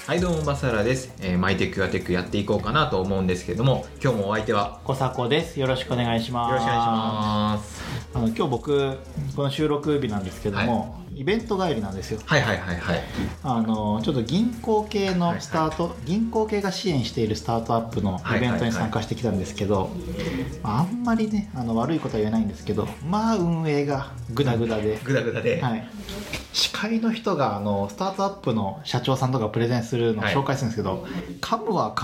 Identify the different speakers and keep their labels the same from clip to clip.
Speaker 1: はい、どうもバサラです。マイテックやテックやっていこうかなと思うんですけれども、今日もお相手は
Speaker 2: 小迫です。よろしくお願いします。
Speaker 1: よろしくお願いします。
Speaker 2: 今日僕この収録日なんですけども、イベント帰りなんですよ。
Speaker 1: はい。
Speaker 2: ちょっと銀行系のスタート、銀行系が支援しているスタートアップのイベントに参加してきたんですけど、あんまりね悪いことは言えないんですけど、運営がグダグダで、はい、司会の人がスタートアップの社長さんとかプレゼンするのを紹介するんですけど、噛むわ、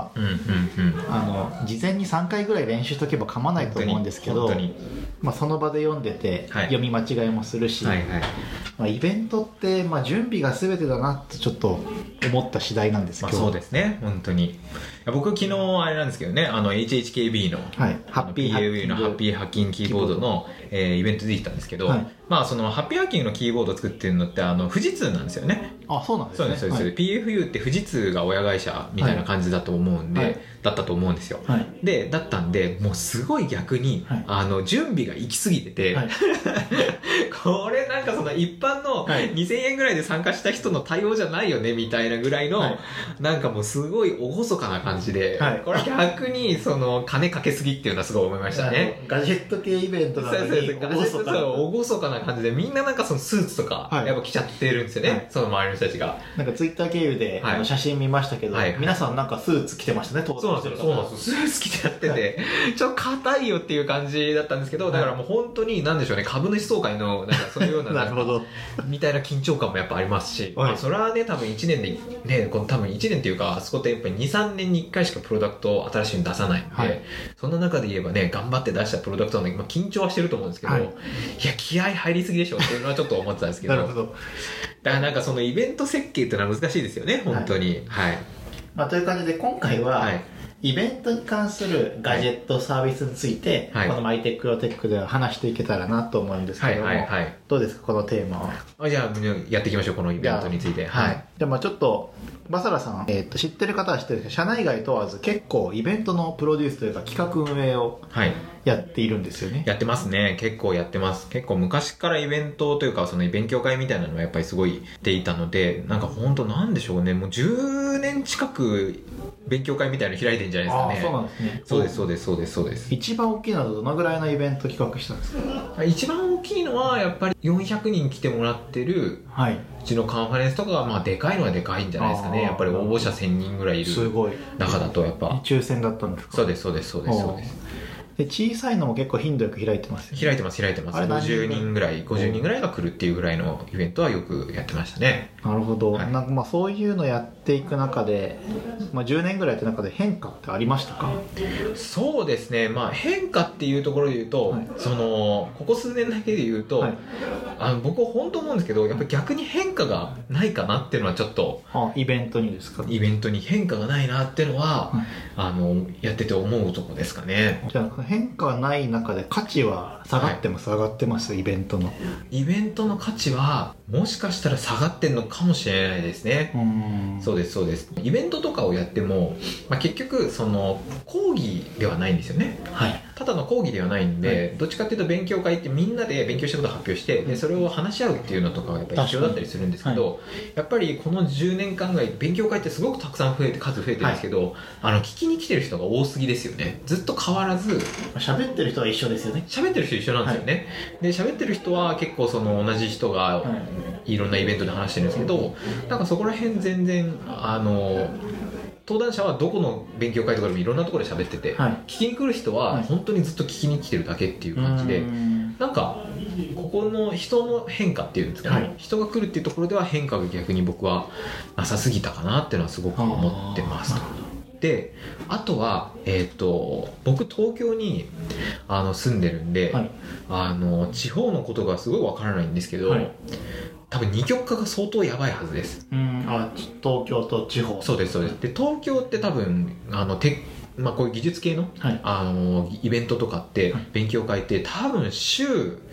Speaker 2: 事前に3回ぐらい練習しとけば噛まないと思うんですけど、その場で読んでて、読み間違いもするし、イベントって、準備が全てだなとちょっと思った次第なんですけど、
Speaker 1: そうですね、本当に。僕昨日あれなんですけどね、HHKB の、PAV のハッピーハッキングキーボードの、イベントで行ったんですけど、そのハッピーハッキングのキーボードを作ってるのって富士通なんですよね。
Speaker 2: あ、そうなんですね。
Speaker 1: そうです、PFU って富士通が親会社みたいな感じだと思うんで、だったと思うんですよ。だったんで、もうすごい逆に、準備が行き過ぎてて、これなんかその一般の2000円ぐらいで参加した人の対応じゃないよねみたいなぐらいの、なんかもうすごい厳かな感じで、これ逆にその金かけすぎっていうのはすごい思いましたね。
Speaker 2: ガジェット系イベントなのに厳
Speaker 1: かな感じで、みんななんかそのスーツとかやっぱ着ちゃってるんですよね、その周りの人たちが。
Speaker 2: なんかツイッター経由で写真見ましたけど、皆さんなんかスーツ着てましたね。
Speaker 1: そうなんですよ、スーツ着てやってて、ちょっと硬いよっていう感じだったんですけど、だからもう本当に何でしょうね、株主総会のなんかそういうような
Speaker 2: なるほど
Speaker 1: みたいな緊張感もやっぱありますし、それはね、多分1年でね、多分1年っていうか、あそこってやっぱり 2,3 年に1回しかプロダクトを新しいの出さないんで、そんな中で言えばね、頑張って出したプロダクトなのに、緊張はしてると思うんですけど、いや、気合入りすぎでしょっていうのはちょっと思ってたんですけど、
Speaker 2: なるほど。
Speaker 1: だからなんかそのイベント設計っていうのは難しいですよね、本当に。
Speaker 2: という感じで今回は、イベントに関するガジェットサービスについて、このマイテックヨテックでは話していけたらなと思うんですけども、どうですか、このテーマは。
Speaker 1: じゃあやっていきましょう、このイベントについて。
Speaker 2: じゃあちょっとバサラさん、知ってる方は知ってるんですけど、社内外問わず結構イベントのプロデュースというか企画運営をやっているんですよね。
Speaker 1: やってますね。結構やってます。結構昔からイベントというか、その勉強会みたいなのはやっぱりすごい出いたので、なんか本当なんでしょうね、もう10年近く勉強会みたいなの開いてるんじゃないですかね。
Speaker 2: そうなんですね。
Speaker 1: そうです。
Speaker 2: 一番大きいのはどのぐらいのイベント企画したんですか？
Speaker 1: 一番大きいのはやっぱり400人来てもらってる、うちのカンファレンスとかがでかいのはでかいんじゃないですかね。やっぱり応募者1000人ぐらいいる中だとやっぱ
Speaker 2: 抽選だったんですか？
Speaker 1: そうです。
Speaker 2: で小さいのも結構頻度よく開いてますよね。
Speaker 1: 開いてます50人ぐらいが来るっていうぐらいのイベントはよくやってましたね。
Speaker 2: なるほど。なんかそういうのやっていく中で、10年ぐらいやってる中で変化ってありましたか？
Speaker 1: そうですね、変化っていうところで言うと、そのここ数年だけで言うと、僕は本当思うんですけど、やっぱり逆に変化がないかなっていうのはちょっと、
Speaker 2: イベントにですか？
Speaker 1: イベントに変化がないなっていうのは、やってて思うとこですかね。
Speaker 2: じゃあ変化がない中で価値は下がってます、上がってます？イベントの
Speaker 1: 価値はもしかしたら下がってんのかもしれないですね。そうです。イベントとかをやっても、結局その講義ではないんですよね。ただの講義ではないんで、どっちかっていうと勉強会ってみんなで勉強したことを発表して、でそれを話し合うっていうのとかがやっぱり必要だったりするんですけど、やっぱりこの10年間ぐらい勉強会ってすごくたくさん数増えてるんですけど、聞きに来てる人が多すぎですよね。ずっと変わらず
Speaker 2: 喋ってる人は一緒ですよね。
Speaker 1: 喋ってる人一緒なんですよね。で喋ってる人は結構その同じ人がいろんなイベントで話してるんですけど、なんかそこら辺全然登壇者はどこの勉強会とかでもいろんなところで喋ってて、聞きに来る人は本当にずっと聞きに来てるだけっていう感じで、なんかここの人の変化っていうんですかね、人が来るっていうところでは変化が逆に僕はなさすぎたかなっていうのはすごく思ってます。であとは、僕東京に住んでるんで、地方のことがすごいわからないんですけど、多分二極化が相当やばいはずです。
Speaker 2: 東京と地方。
Speaker 1: そうです。で東京って多分こういう技術系の、イベントとかって、勉強会って多分週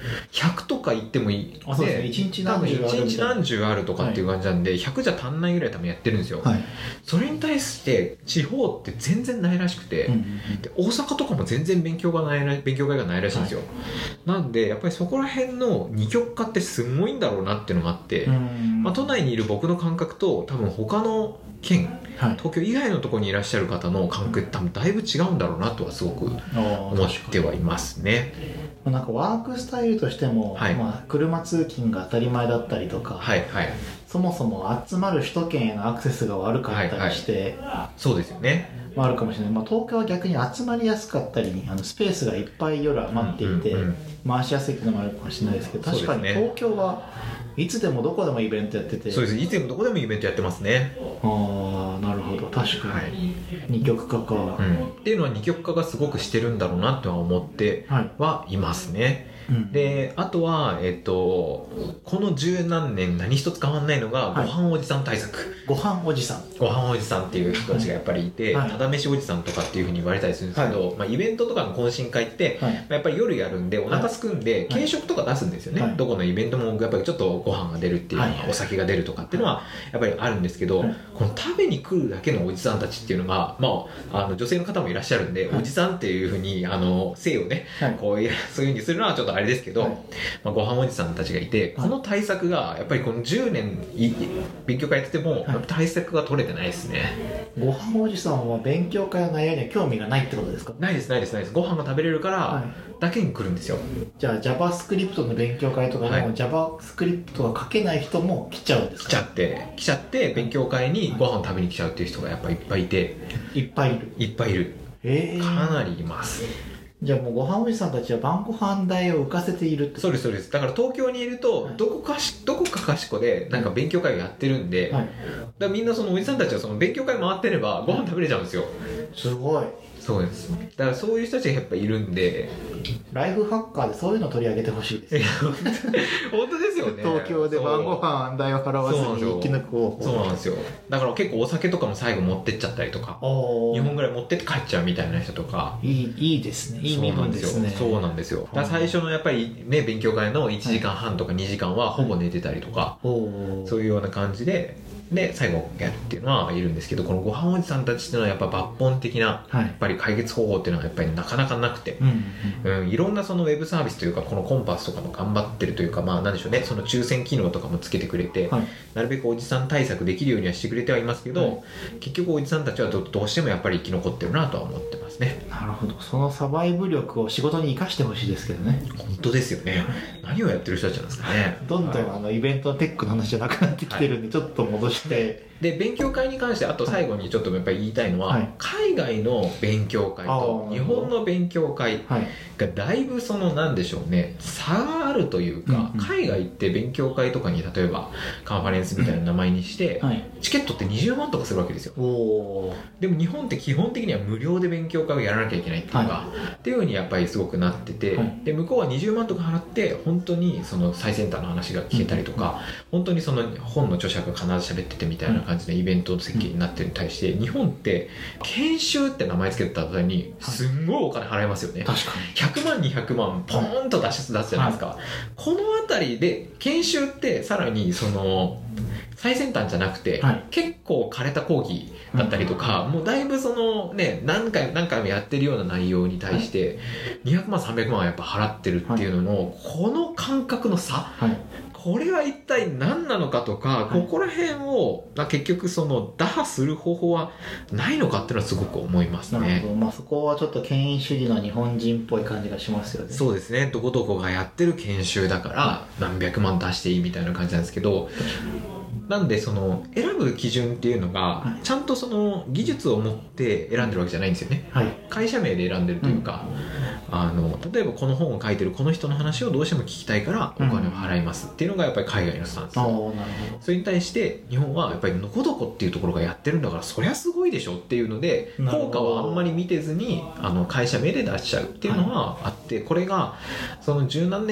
Speaker 1: 100とか行ってもいい
Speaker 2: そうですね、1日
Speaker 1: 何十あるとかっていう感じなんで、100じゃ足んないぐらい多分やってるんですよ、それに対して地方って全然ないらしくて、で大阪とかも全然勉強会がないらしいんですよ、なんでやっぱりそこら辺の二極化ってすごいんだろうなっていうのがあって、都内にいる僕の感覚と多分他の県、東京以外のところにいらっしゃる方の感覚って多分だいぶ違うんだろうなとはすごく思ってはいますね。
Speaker 2: なんかワークスタイルとしても、車通勤が当たり前だったりとか、そもそも集まる首都圏へのアクセスが悪かったりして、
Speaker 1: そうですよね、
Speaker 2: あるかもしれない、東京は逆に集まりやすかったりスペースがいっぱい夜余っていて、回しやすいっていうのもあるかもしれないですけど、確かに東京はいつでもどこでもイベントやってて、
Speaker 1: そうです、いつでもどこでもイベントやってますね。
Speaker 2: なるほど、確かに、二極化か、
Speaker 1: っていうのは二極化がすごくしてるんだろうなとは思ってはいますね。であとは、この十何年何一つ変わんないのが、ご飯おじさん対策。
Speaker 2: ご飯おじさん
Speaker 1: っていう人たちがやっぱりいて、ただ飯おじさんとかっていうふうに言われたりするんですけど、イベントとかの懇親会って、やっぱり夜やるんでお腹すくんで、軽食とか出すんですよね、どこのイベントもやっぱりちょっとご飯が出るっていうのは、お酒が出るとかっていうのはやっぱりあるんですけど、この食べに来るだけのおじさんたちっていうのが、女性の方もいらっしゃるんで、おじさんっていうふうに性をね、そういうふうにするのはちょっとあれですけど、ご飯おじさんたちがいて、この対策がやっぱりこの10年勉強会やってても、対策が取れてないですね。
Speaker 2: ご飯おじさんは勉強会の内容には興味がないってことですか？
Speaker 1: ないです。ご飯が食べれるからだけに来るんですよ。
Speaker 2: じゃあ JavaScript の勉強会とかも、JavaScript が書けない人も来ちゃうんですか？
Speaker 1: 来ちゃって勉強会にご飯を食べに来ちゃうっていう人がやっぱりいっぱいいて、
Speaker 2: いっぱいいる、
Speaker 1: かなりいます。
Speaker 2: じゃあもうご飯おじさんたちは晩ご飯代を浮かせているって。
Speaker 1: そうですだから東京にいると、どこかかしこでなんか勉強会をやってるんで、だからみんなそのおじさんたちはその勉強会回ってればご飯食べれちゃうんですよ。
Speaker 2: すごい。
Speaker 1: そうです。だからそういう人たちがやっぱいるんで、
Speaker 2: ライフハッカーでそういうの取り上げてほしいです。
Speaker 1: 本当ですよね。
Speaker 2: 東京で晩ご飯代を払わずに生き抜く方法。
Speaker 1: そうなんですよ。だから結構お酒とかも最後持ってっちゃったりとか、2本ぐらい持ってって帰っちゃうみたいな人とか。
Speaker 2: いいですね。いい身分ですね。
Speaker 1: そうなんですよ。だから最初のやっぱりね、勉強会の1時間半とか2時間はほぼ寝てたりとか、そういうような感じで最後やるっていうのはいるんですけど、このご飯おじさんたちっていうのはやっぱ抜本的なやっぱり解決方法っていうのはやっぱりなかなかなくて、いろんなそのウェブサービスというか、このコンパスとかも頑張ってるというか、なんでしょうね、その抽選機能とかもつけてくれて、なるべくおじさん対策できるようにはしてくれてはいますけど、結局おじさんたちはどうしてもやっぱり生き残ってるなとは思ってますね。
Speaker 2: なるほど。そのサバイブ力を仕事に生かしてほしいですけどね。
Speaker 1: 本当ですよね。何をやってる人たちなんですかね。
Speaker 2: どんどんイベントのテックの話じゃなくなってきてるんで、ちょっと戻して。
Speaker 1: で勉強会に関してあと最後にちょっとやっぱり言いたいのは、海外の勉強会と日本の勉強会がだいぶそのなんでしょうね、差があるというか、海外って勉強会とかに例えばカンファレンスみたいな名前にして、チケットって20万とかするわけですよ。でも日本って基本的には無料で勉強会をやらなきゃいけないっていうか、っていうふうにやっぱりすごくなってて、で向こうは20万とか払って本当にその最先端の話が聞けたりとか、本当にその本の著者が必ず喋っててみたいな感じでイベント設計になってるに対して、日本って研修って名前つけた途端にすんごいお金払いますよね。
Speaker 2: 確かに
Speaker 1: 100万200万ポーンと出すじゃないですか。この辺りで研修ってさらにその最先端じゃなくて、結構枯れた講義だったりとか、もうだいぶそのね何回もやってるような内容に対して200万300万はやっぱ払ってるっていうのの、この感覚の差、これは一体何なのかとか、ここら辺を結局その打破する方法はないのかっていうのはすごく思いますね。
Speaker 2: なるほど。そこはちょっと権威主義の日本人っぽい感じがしますよね。
Speaker 1: そうですね。どこどこがやってる研修だから何百万出していいみたいな感じなんですけど、なんでその選ぶ基準っていうのがちゃんとその技術を持って選んでるわけじゃないんですよね。会社名で選んでるというか、例えばこの本を書いてるこの人の話をどうしても聞きたいからお金を払いますっていうのがやっぱり海外のスタンス。それに対して日本はやっぱりどこどこっていうところがやってるんだからそりゃすごいでしょっていうので、効果はあんまり見てずに会社名で出しちゃうっていうのはあって、これがその十何年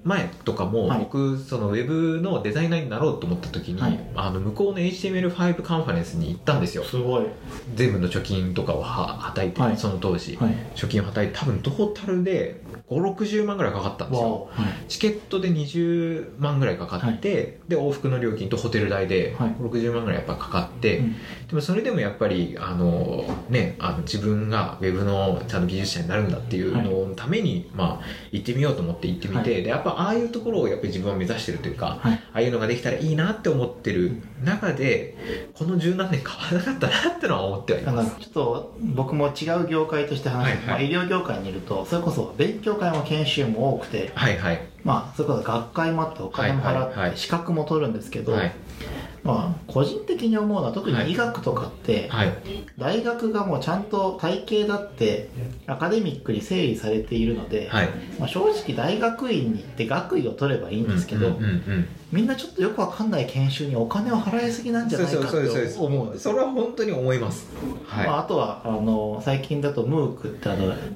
Speaker 1: 前とかも、
Speaker 2: はい、
Speaker 1: 僕そのウェブのデザイナーになろうと思った時に、はい、向こうの HTML5 カンファレンスに行ったんですよ。
Speaker 2: すごい。
Speaker 1: 全部の貯金とかをはたいて、はい、その当時、はい、貯金をはたいて多分トータルで5、60万ぐらいかかったんですよ、はい、チケットで20万ぐらいかかって、はい、で往復の料金とホテル代で60万ぐらいやっぱかかって、はい、でもそれでもやっぱり自分がウェブのちゃんと技術者になるんだっていうのために、まあ、行ってみようと思って行ってみて、はい、でやっぱああいうところをやっぱり自分は目指してるというか、はい、ああいうのができたらいいなって思ってる中でこの十何年変わらなかったなってのは思ってはいます。
Speaker 2: ちょっと僕も違う業界として話して、はいはい、医療業界にいるとそれこそ勉強会も研修も多くて、
Speaker 1: はいはい、
Speaker 2: まあ、それこそ学会もあってお金も払って資格も取るんですけど、はいはいはい、まあ、個人的に思うのは特に医学とかって、はい、大学がもうちゃんと体系だってアカデミックに整理されているので、はい、まあ、正直大学院に行って学位を取ればいいんですけど、みんなちょっとよくわかんない研修にお金を払いすぎなんじゃないかって思うんです。
Speaker 1: それは本当に思います、
Speaker 2: はい、まあ、あとは最近だと MOOC って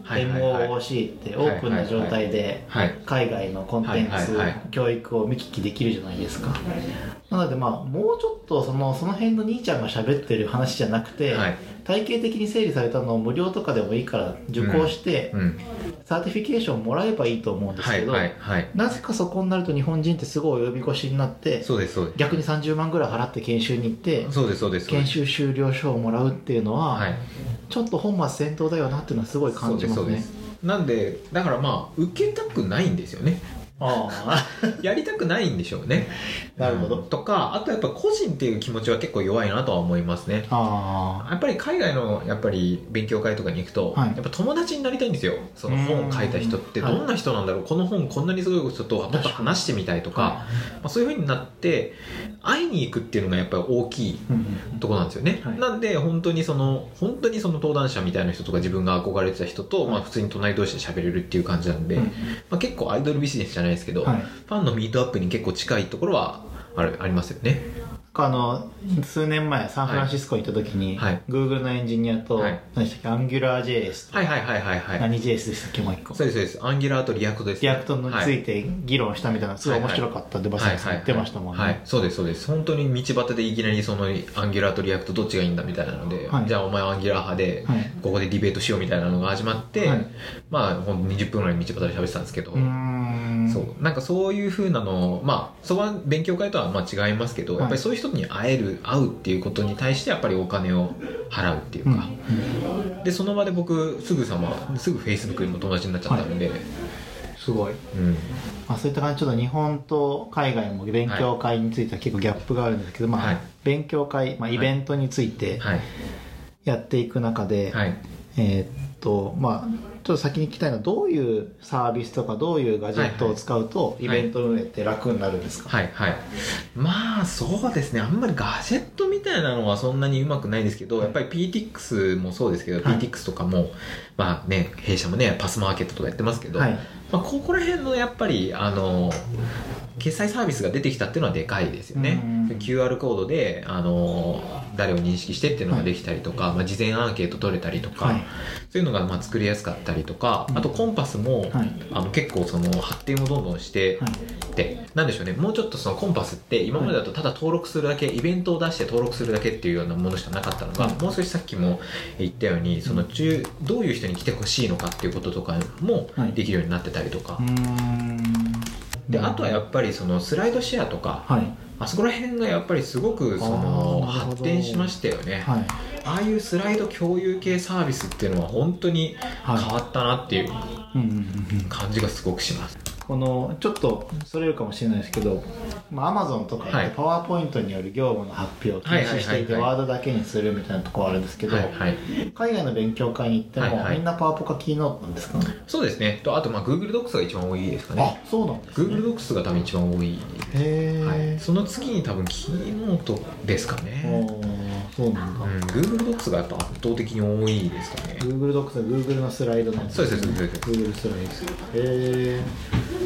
Speaker 2: MOOC ってオープンな状態で海外のコンテンツ教育を見聞きできるじゃないですか。なのでまあもうちょっとその辺の兄ちゃんが喋ってる話じゃなくて、はい、体系的に整理されたのを無料とかでもいいから受講して、サーティフィケーションもらえばいいと思うんですけど、はいはいはい、なぜかそこになると日本人ってすごい及び腰になって、
Speaker 1: そうですそうです、
Speaker 2: 逆に30万ぐらい払って研修に行って、
Speaker 1: そうですそうです、
Speaker 2: 研修終了書をもらうっていうのは、はい、ちょっと本末転倒だよなっていうのはすごい感じますね。そうですそうです。
Speaker 1: なんでだからまあ受けたくないんですよね。やりたくないんでしょうね。
Speaker 2: なるほど。
Speaker 1: とか、あとやっぱ個人っていう気持ちは結構弱いなとは思いますね。やっぱり海外のやっぱり勉強会とかに行くと、はい、やっぱ友達になりたいんですよ。その本を書いた人ってどんな人なんだろう、はい、この本こんなにすごい人ともっと話してみたいとか、はい、まあ、そういう風になって会いに行くっていうのがやっぱり大きいところなんですよね。はい、なんで本当にその登壇者みたいな人とか自分が憧れてた人と、まあ、普通に隣同士で喋れるっていう感じなんで、まあ、結構アイドルビジネスじゃないですけど、はい、ファンのミートアップに結構近いところはありますよね。
Speaker 2: 数年前サンフランシスコに行った時に、はい、Google のエンジニアと、はい、何でしたっけ、AngularJS と、
Speaker 1: はいはいはいはいはい、
Speaker 2: 何 JS でしたっけ、もう一個。
Speaker 1: そうですそうです。Angular と React です、ね。
Speaker 2: リアクトについて議論したみたいな、すごい面白かったってバサさん言ってましたもんね。
Speaker 1: はい、そうですそうです。本当に道端でいきなりその Angular と React どっちがいいんだみたいなので、はい、じゃあお前 Angular 派で、はい、ここでディベートしようみたいなのが始まって、はい、まあほんと20分ぐらい道端で喋ってたんですけど、そうなんかそういう風なの、まあそこは勉強会とはまあ違いますけど、はい、やっぱりそういう人に会うっていうことに対してやっぱりお金を払うっていうか、でその場で僕すぐFacebook にも友達になっちゃったので、はい、
Speaker 2: すごい、まあ、そういった感じでちょっと日本と海外も勉強会については結構ギャップがあるんですけど、まあはい、勉強会、まあ、イベントについてやっていく中で、はい、まあちょっと先に聞きたいのはどういうサービスとかどういうガジェットを使うとイベント運営って楽になるんですか？
Speaker 1: はいはい、まあそうですね、あんまりガジェットみたいなのはそんなにうまくないですけど、やっぱり PTX もそうですけど、PTX とかもまあね、弊社もねパスマーケットとかやってますけど、まあ、ここら辺のやっぱり決済サービスが出てきたっていうのはでかいですよね。QR コードで誰を認識してっていうのができたりとか、まあ、事前アンケート取れたりとか、そういうのがまあ作りやすかったりとか、あとコンパスも、結構その発展をどんどんしてで、なんでしょうね、もうちょっとそのコンパスって今までだとただ登録するだけ、イベントを出して登録するだけっていうようなものしかなかったのが、もう少しさっきも言ったようにどういう人に来てほしいのかっていうこととかもできるようになってたりとか、であとはやっぱりそのスライドシェアとか、あそこら辺がやっぱりすごく発展しましたよね。ああいうスライド共有系サービスっていうのは本当に変わったなっていう感じがすごくします。
Speaker 2: ちょっとそれるかもしれないですけど、Amazon とかってパワーポイントによる業務の発表を禁止していてワードだけにするみたいなところあるんですけど、海外の勉強会に行ってもみんなパワポかキーノートなんですか？
Speaker 1: そうですね。あとGoogle Docs が一番多いですかね。
Speaker 2: あ、そうなんですね。
Speaker 1: Google Docs が多分一番多い。その次に多分キーノートですかね。
Speaker 2: そうなんだ。
Speaker 1: Google Docs がやっぱ圧倒的に多いですかね。
Speaker 2: Google Docs は Google のスライドなんですね。
Speaker 1: そうです。
Speaker 2: Google スライド。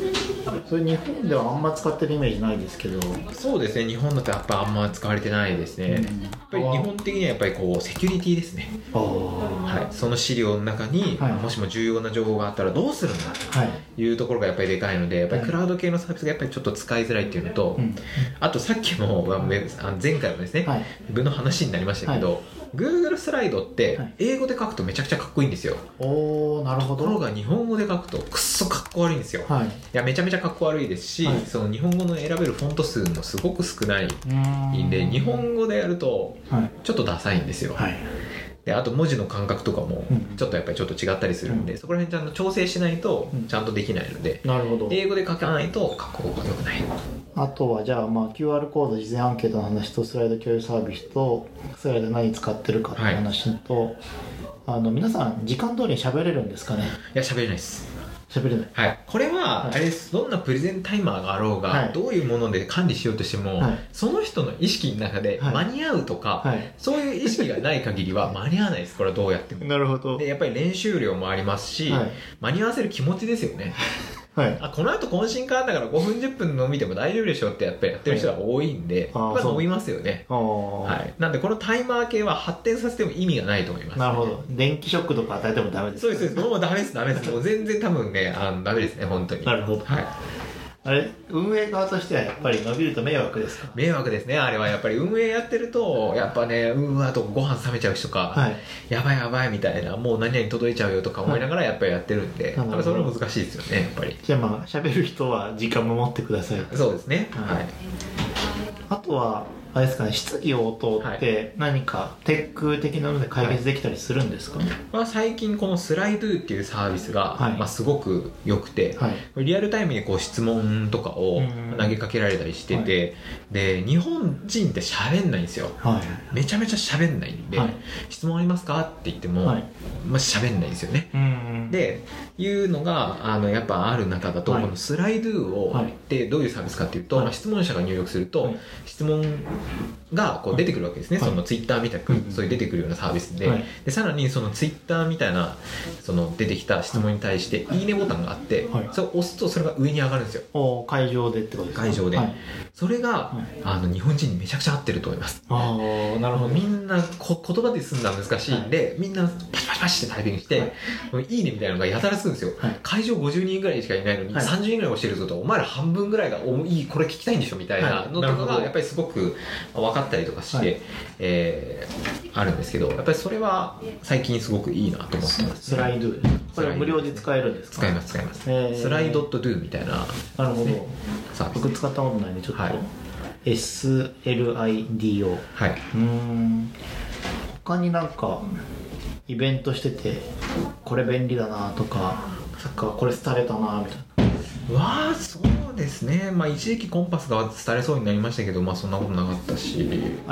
Speaker 2: それ日本ではあんま使ってるイメージないですけど。
Speaker 1: そうですね、日本だとやっぱあんま使われてないですね、やっぱり日本的にはやっぱりこうセキュリティですね。はい、その資料の中に、もしも重要な情報があったらどうするんだというところがやっぱりでかいので、やっぱりクラウド系のサービスがやっぱりちょっと使いづらいっていうのと、あとさっきの前回のですね、ウェブの話になりましたけど、Google スライドって英語で書くとめちゃくちゃかっこいいんですよ。
Speaker 2: なるほど。
Speaker 1: ところが日本語で書くとくっそかっこ悪いんですよ。いやめちゃめちゃかっこ悪いですし、その日本語の選べるフォント数もすごく少ないんで、日本語でやるとちょっとダサいんですよ。であと文字の感覚とかもちょっとやっぱりちょっと違ったりするんで、そこら辺ちゃんと調整しないとちゃんとできないので、英語で書かないとかっこよくない。
Speaker 2: あとはじゃあ、QR コード事前アンケートの話とスライド共有サービスとスライド何使ってるかっていう話と、皆さん時間通りに喋れるんですかね。
Speaker 1: いや喋れないです。
Speaker 2: 喋れない。
Speaker 1: はい、これはあれです、どんなプレゼンタイマーがあろうが、どういうもので管理しようとしても、その人の意識の中で間に合うとか、そういう意識がない限りは間に合わないです。これはどうやっても。
Speaker 2: なるほど。
Speaker 1: でやっぱり練習量もありますし、間に合わせる気持ちですよね。この後懇親会だから5分10分の見ても大丈夫でしょってやっぱりやってる人が多いんで、伸びますよね。なんでこのタイマー系は発展させても意味がないと思います。
Speaker 2: なるほど。電気ショックとか与えてもダメです。
Speaker 1: そうです。もうダメです。もう全然多分ねダメですね本当に。
Speaker 2: なるほど。あれ運営側としてはやっぱり伸びると迷惑ですか。
Speaker 1: 迷惑ですね。あれはやっぱり運営やってるとやっぱね、あとご飯冷めちゃう人か、やばいやばいみたいな、もう何々届いちゃうよとか思いながらやっぱりやってるんで、それは難しいですよねやっぱり。
Speaker 2: じゃあ喋る人は時間守ってください。
Speaker 1: そうですね。
Speaker 2: あとはあれですかね、質疑応答って何かテック的なので解決できたりするんですかね。
Speaker 1: 最近このスライドっていうサービスが、すごく良くて、リアルタイムにこう質問とかを投げかけられたりしてて、で日本人って喋んないんですよ。めちゃめちゃ喋んないんで、質問ありますかって言っても喋んないんですよね。でいうのがやっぱある中だと、このスライドをってどういうサービスかっていうと、質問者が入力すると質問がこう出てくるわけですね。そのツイッターみたくそういう出てくるようなサービスで、さらにそのツイッターみたいなその出てきた質問に対していいねボタンがあって、それを押すとそれが上に上がるんですよ。
Speaker 2: 会場でってことですか。
Speaker 1: 会場で、それが日本人にめちゃくちゃ合ってると思います。
Speaker 2: なるほど。みんな
Speaker 1: 言葉で済んだら難しいんで、みんなパチパチパチってタイピングしていいねみたいなのがやたらするんですよ。会場50人ぐらいしかいないのに30人ぐらい押してると、お前ら半分ぐらいがいいこれ聞きたいんでしょみたいなのとかがやっぱりすごく分かったりとかして、あるんですけど、やっぱりそれは最近すごくいいなと思ってます。
Speaker 2: スライドこれ無料で使えるんですか。
Speaker 1: 使います。スライドドゥみたいな。
Speaker 2: なるほど。僕使ったことないんでちょっと、SLIDO。他になんかイベントしててこれ便利だなとか、これ廃れたなみたいな。
Speaker 1: そうですね。一時期コンパスが廃れそうになりましたけど、そんなことなかったし、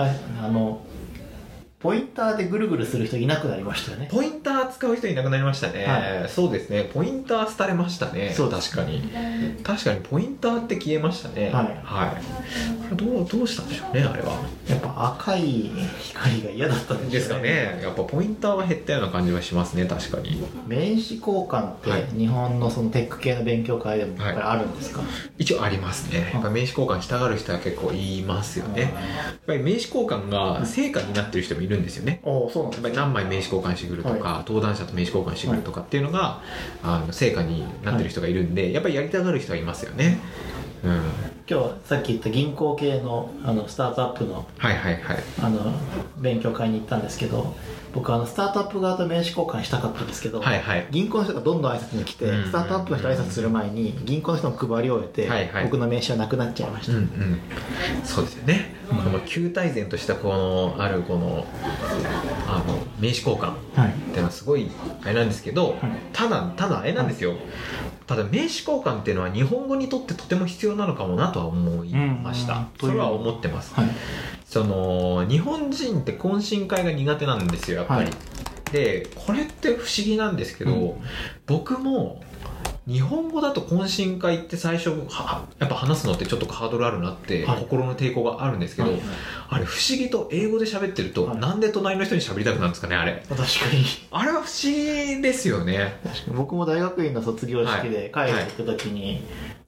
Speaker 2: ポインターでぐるぐるする人いなくなりましたよね。
Speaker 1: ポインター使う人いなくなりましたね。そうですね。ポインター廃れましたね。確かにポインターって消えましたね。どうしたんでしょうね。あれは
Speaker 2: やっぱ赤い光が嫌だったん
Speaker 1: ですかね。やっぱポインターは減ったような感じはしますね。確かに。
Speaker 2: 名刺交換って日本のそのテック系の勉強会でもやっぱりあるんですか。
Speaker 1: 一応ありますね。やっぱ名刺交換したがる人は結構いますよね。やっぱり名刺交換が成果になってる人もいるんですよね。
Speaker 2: そうなんですね。
Speaker 1: やっぱり何枚名刺交換してくるとか、登壇者と名刺交換してくるとかっていうのが成果になってる人がいるんで、やっぱりやりたがる人はいますよね。
Speaker 2: 今日はさっき言った銀行系のスタートアップの勉強会に行ったんですけど、僕スタートアップ側と名刺交換したかったんですけど、銀行の人がどんどん挨拶に来て、スタートアップの人挨拶する前に銀行の人も配り終えて、僕の名刺はなくなっちゃいました。
Speaker 1: そうですよね。この旧態然とした名刺交換っていうのはすごいあれなんですけど、ただあれなんですよ。ただ名刺交換っていうのは日本語にとってとても必要なのかもなとは思いました。それは思ってます。日本人って懇親会が苦手なんですよやっぱり。でこれって不思議なんですけど、僕も日本語だと懇親会って最初やっぱ話すのってちょっとハードルあるなって心の抵抗があるんですけど、あれ不思議と英語で喋ってると、なんで隣の人に喋りたくなるんですかね。あれ
Speaker 2: 確かに
Speaker 1: あれは不思議ですよね。
Speaker 2: 確かに僕も大学院の卒業式で海外行った時に、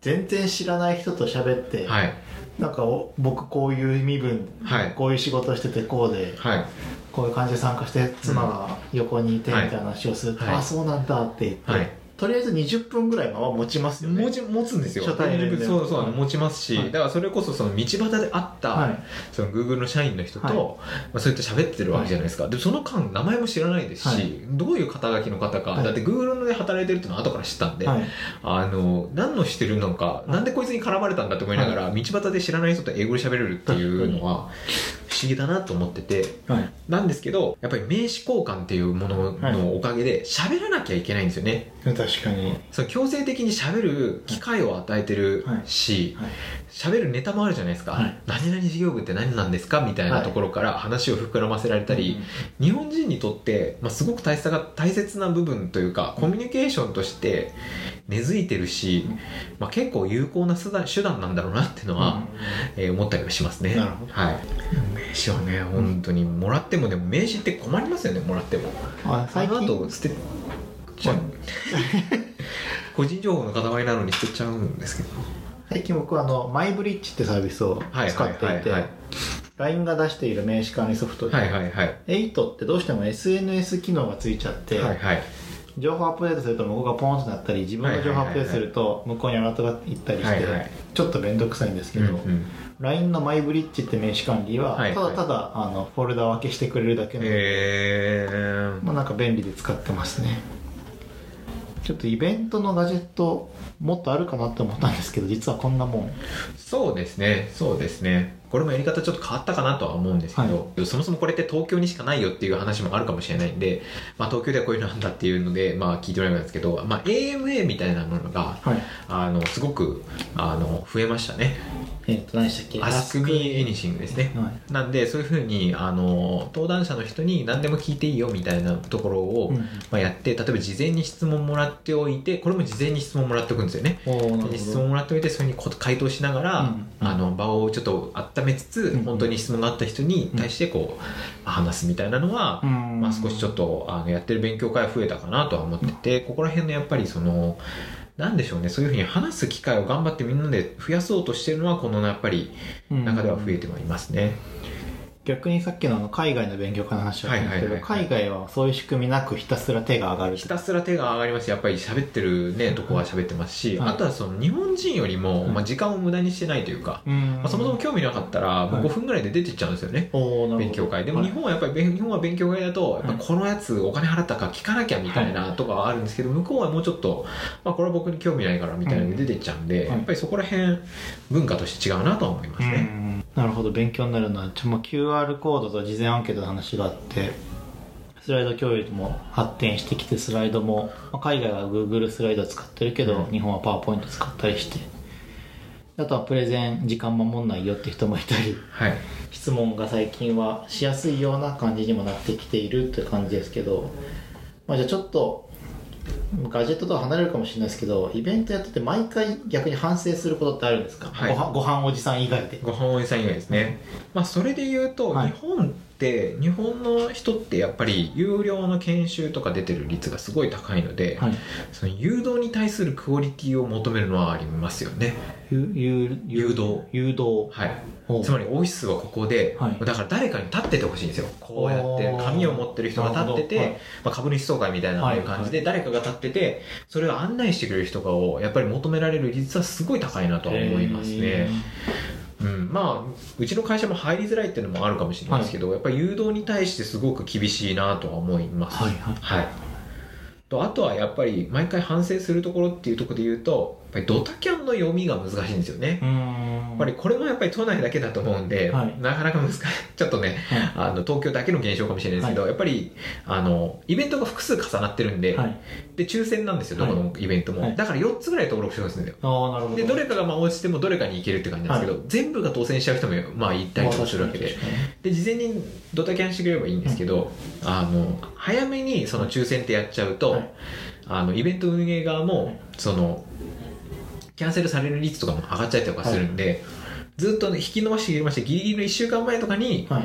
Speaker 2: 全然知らない人と喋って、
Speaker 1: はい、
Speaker 2: なんか僕こういう身分、
Speaker 1: はい、
Speaker 2: こういう仕事しててこうで、
Speaker 1: はい、
Speaker 2: こういう感じで参加して妻が横にいてみたいな話をすると、
Speaker 1: はい、
Speaker 2: あ、そうなんだって言って、
Speaker 1: はい、
Speaker 2: とりあえず20分ぐらいは持ちますよね。
Speaker 1: 持つんですよ。
Speaker 2: 初対面で
Speaker 1: そうそう、
Speaker 2: はい、
Speaker 1: 持ちますし、
Speaker 2: はい、
Speaker 1: だからそれこそその道端で会った、はい、その Google の社員の人と、はい、まあ、そうやって喋ってるわけじゃないですか。はい、でその間名前も知らないですし、はい、どういう肩書きの方か、はい、だって Google で働いてるっていうのは後から知ったんで、はい、何のしてるのか、はい、なんでこいつに絡まれたんだって思いながら、はい、道端で知らない人と英語で喋れるっていうのは不思議だなと思ってて、はい、なんですけどやっぱり名刺交換っていうもののおかげで喋らなきゃいけないんですよね。
Speaker 2: 確かに
Speaker 1: その強制的に喋る機会を与えてるし、喋るネタもあるじゃないですか、はい、何々事業部って何なんですかみたいなところから話を膨らませられたり、日本人にとって、まあ、すごく大切な部分というかコミュニケーションとして根付いてるし、まあ、結構有効な手段なんだろうなっていうのは、思ったりはしますね。なるほど、はい、名刺はね本当にもらっても、でも名刺って困りますよね。もらっても
Speaker 2: 最近
Speaker 1: 後捨てちゃう個人情報の塊なのに捨てちゃうんですけど、
Speaker 2: 最近僕はマイブリッジってサービスを使っていて、LINE が出している名刺管理ソフトで、8ってどうしても SNS 機能がついちゃって、はいはい、情報アップデートすると向こうがポンとなったり、自分の情報アップデートすると向こうにアラートがいったりして、ちょっと面倒くさいんですけど、LINE のマイブリッジって名刺管理はただただフォルダ分けしてくれるだけなので、まあ、なんか便利で使ってますね。ちょっとイベントのガジェットもっとあるかなって思ったんですけど、実はこんなもん。
Speaker 1: そうですね、そうですね。これもやり方ちょっと変わったかなとは思うんですけど、はい、そもそもこれって東京にしかないよっていう話もあるかもしれないんで、まあ、東京ではこういうのなんだっていうので、まあ、聞いてもらえばいいんですけど、まあ、AMA みたいなものが、はい、すごく増えましたね。
Speaker 2: 何でしたっけ、
Speaker 1: Ask Me Anything ですね、はい、なんでそういうふうに登壇者の人に何でも聞いていいよみたいなところを、まあ、やって、例えば事前に質問もらっておいて、これも事前に質問もらっておくんですよね。質問もらっておいて、それに回答しながら、場をちょっと温めつつ、本当に質問があった人に対してこう、話すみたいなのは、まあ、少しちょっとやってる勉強会は増えたかなとは思ってて、ここら辺のやっぱりなんでしょうね、そういうふうに話す機会を頑張ってみんなで増やそうとしてるのはこのやっぱり中では増えてはいますね。
Speaker 2: 逆にさっきの海外の勉強会の話だったんですけど、海外はそういう仕組みなくひたすら手が上がる。
Speaker 1: ひたすら手が上がります。やっぱり喋ってるねとこは喋ってますし、あとはその日本人よりも、まあ、時間を無駄にしてないというか、まあ、そもそも興味なかったらもう5分ぐらいで出ていっちゃうんですよね、勉強会でも。日本はやっぱり日本は勉強会だとやっぱこのやつお金払ったから聞かなきゃみたいなとかはあるんですけど、向こうはもうちょっと、まあ、これは僕に興味ないからみたいなので出ていっちゃうんで、やっぱりそこら辺文化として違うなとは思いますね。
Speaker 2: なるほど、勉強になるのはQR コードと事前アンケートの話があって、スライド共有も発展してきて、スライドも、海外は Google スライド使ってるけど、日本は PowerPoint 使ったりして、あとはプレゼン時間守んないよって人もいたり、はい、質問が最近はしやすいような感じにもなってきているという感じですけど、まあ、じゃあちょっとガジェットとは離れるかもしれないですけど、イベントやってて毎回逆に反省することってあるんですか？はい、ご飯おじさん以外で。
Speaker 1: ご飯おじさん以外ですね、まあ、それで言うと、はい、日本の人ってやっぱり有料の研修とか出てる率がすごい高いので、はい、その誘導に対するクオリティを求めるのはありますよね。誘導、はい、つまりオフィスはここで、はい、だから誰かに立っててほしいんですよ。こうやって紙を持ってる人が立ってて、はい、まあ、株主総会みたいな感じで誰かが立ってて、それを案内してくれる人がをやっぱり求められる率はすごい高いなとは思いますね。まあ、うちの会社も入りづらいっていうのもあるかもしれないですけど、はい、やっぱり誘導に対してすごく厳しいなとは思います。はいはいはい、あとはやっぱり毎回反省するところっていうところで言うと、やっぱりドタキャンの読みが難しいんですよね。やっぱりこれもやっぱり都内だけだと思うんで、はい、なかなか難しい。ちょっとね、はい、東京だけの現象かもしれないですけど、はい、やっぱりイベントが複数重なってるんで、はい、で抽選なんですよ、どこのイベントも、はい、だから4つぐらい登録してますんだよ。なるほど。でどれかが落ちてもどれかに行けるって感じなんですけど、はい、全部が当選しちゃう人もまあいたりとかするわけで、で事前にドタキャンしてくれればいいんですけど、早めにその抽選ってやっちゃうと、はい、イベント運営側もそのキャンセルされる率とかも上がっちゃったりとかするんで、はい、ずっと、ね、引き伸ばしてギリギリの1週間前とかに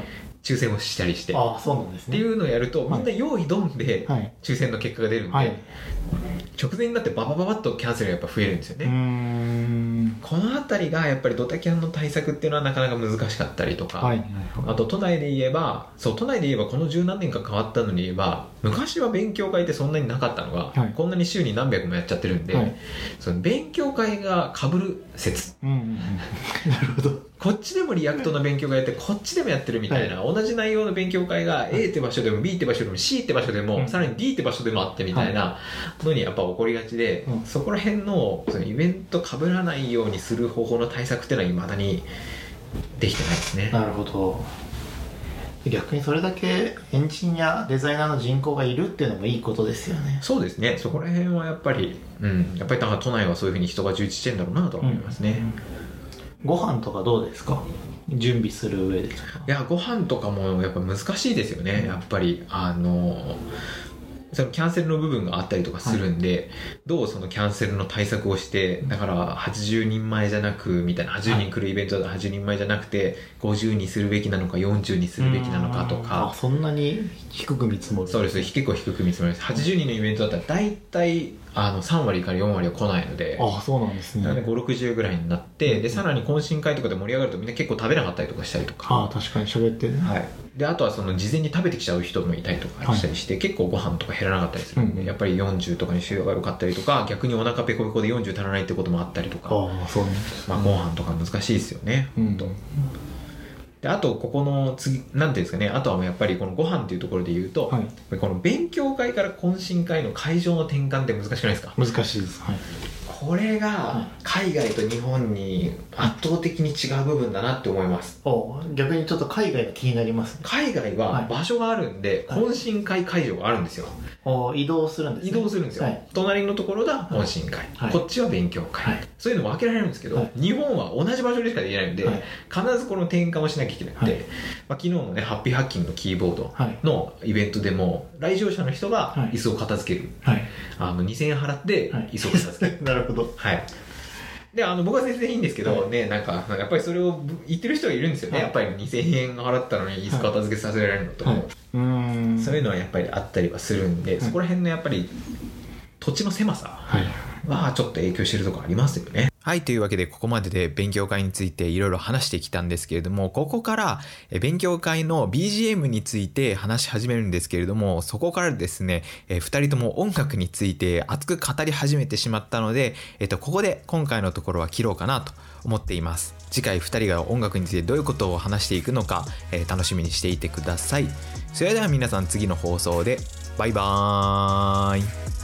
Speaker 1: 抽選をしたりして、
Speaker 2: あ、そうなんですね。
Speaker 1: っていうのをやるとみんな用意ドンで抽選の結果が出るんで、
Speaker 2: はい、
Speaker 1: 直前になってババババッとキャンセルがやっぱ増えるんですよね。このあたりがやっぱりドタキャンの対策っていうのはなかなか難しかったりとか、はい、あと都内で言えばこの十何年か変わったのに言えば、昔は勉強会ってそんなになかったのが、はい、こんなに週に何百もやっちゃってるんで、はい、その勉強会が被る説、
Speaker 2: なるほど。
Speaker 1: こっちでもリアクトの勉強会やってこっちでもやってるみたいな、はい、同じ内容の勉強会が A って場所でも B って場所でも C って場所でも、さらに D って場所でもあってみたいなのにやっぱ起こりがちで、そこら辺のそのイベント被らないようにする方法の対策っていうのは未だにできてないですね。
Speaker 2: なるほど。逆にそれだけエンジニアデザイナーの人口がいるっていうのもいいことですよね。
Speaker 1: そうですね。そこら辺はやっぱりやっぱり都内はそういうふうに人が充実してるんだろうなと思いますね。
Speaker 2: ご飯とかどうですか、準備する上で。い
Speaker 1: や、ご飯とかもやっぱ難しいですよね。やっぱりそのキャンセルの部分があったりとかするんで、はい、どうそのキャンセルの対策をして、だから80人前じゃなくみたいな、80人来るイベントだと80人前じゃなくて50にするべきなのか40にするべきなのかとか。
Speaker 2: そんなに低く見積もる。
Speaker 1: そうです。結構低く見積もります。80人のイベントだったら大体3割から4割は来ないので、
Speaker 2: そうなんですね。
Speaker 1: なので5、60ぐらいになって、でさらに懇親会とかで盛り上がるとみんな結構食べなかったりとかしたりとか。
Speaker 2: 確かに喋ってね。
Speaker 1: はい。であとはその事前に食べてきちゃう人もいたりとかしたりして、結構ご飯とか減らなかったりするんで、やっぱり40とかにしようがよかったりとか、逆にお腹ペコペコで40足らないってこともあったりとか。
Speaker 2: そうね。
Speaker 1: ご飯とか難しいですよね。であとここの次なんていうんですかね、あとはやっぱりこのご飯っていうところで言うと、この勉強会から懇親会の会場の転換って難しくないですか。
Speaker 2: 難しいです。
Speaker 1: これが海外と日本に圧倒的に違う部分だなって思います。
Speaker 2: 逆にちょっと海外が気になりますね。
Speaker 1: 海外は場所があるんで、懇親会会場があるんですよ。
Speaker 2: 移動するんですね。
Speaker 1: 移動するんですよ。隣のところが懇親会、こっちは勉強会、そういうの分けられるんですけど、日本は同じ場所でしかできないんで、必ずこの転換をしなきゃいけなくて、昨日のねハッピーハッキングのキーボードのイベントでも、来場者の人が椅子を片付ける、2000円払って椅子を片付ける。
Speaker 2: なるほど。
Speaker 1: はい。で僕は全然いいんですけど、ね、なんかやっぱりそれを言ってる人がいるんですよね。やっぱり2000円払ったのに椅子片付けさせられるのとか、そういうのはやっぱりあったりはするんで、そこら辺のやっぱり土地の狭さはちょっと影響してるところありますよね。はい、というわけでここまでで勉強会についていろいろ話してきたんですけれども、ここから勉強会の BGM について話し始めるんですけれども、そこからですね、2人とも音楽について熱く語り始めてしまったので、ここで今回のところは切ろうかなと思っています。次回2人が音楽についてどういうことを話していくのか、楽しみにしていてください。それでは皆さん次の放送でバイバーイ。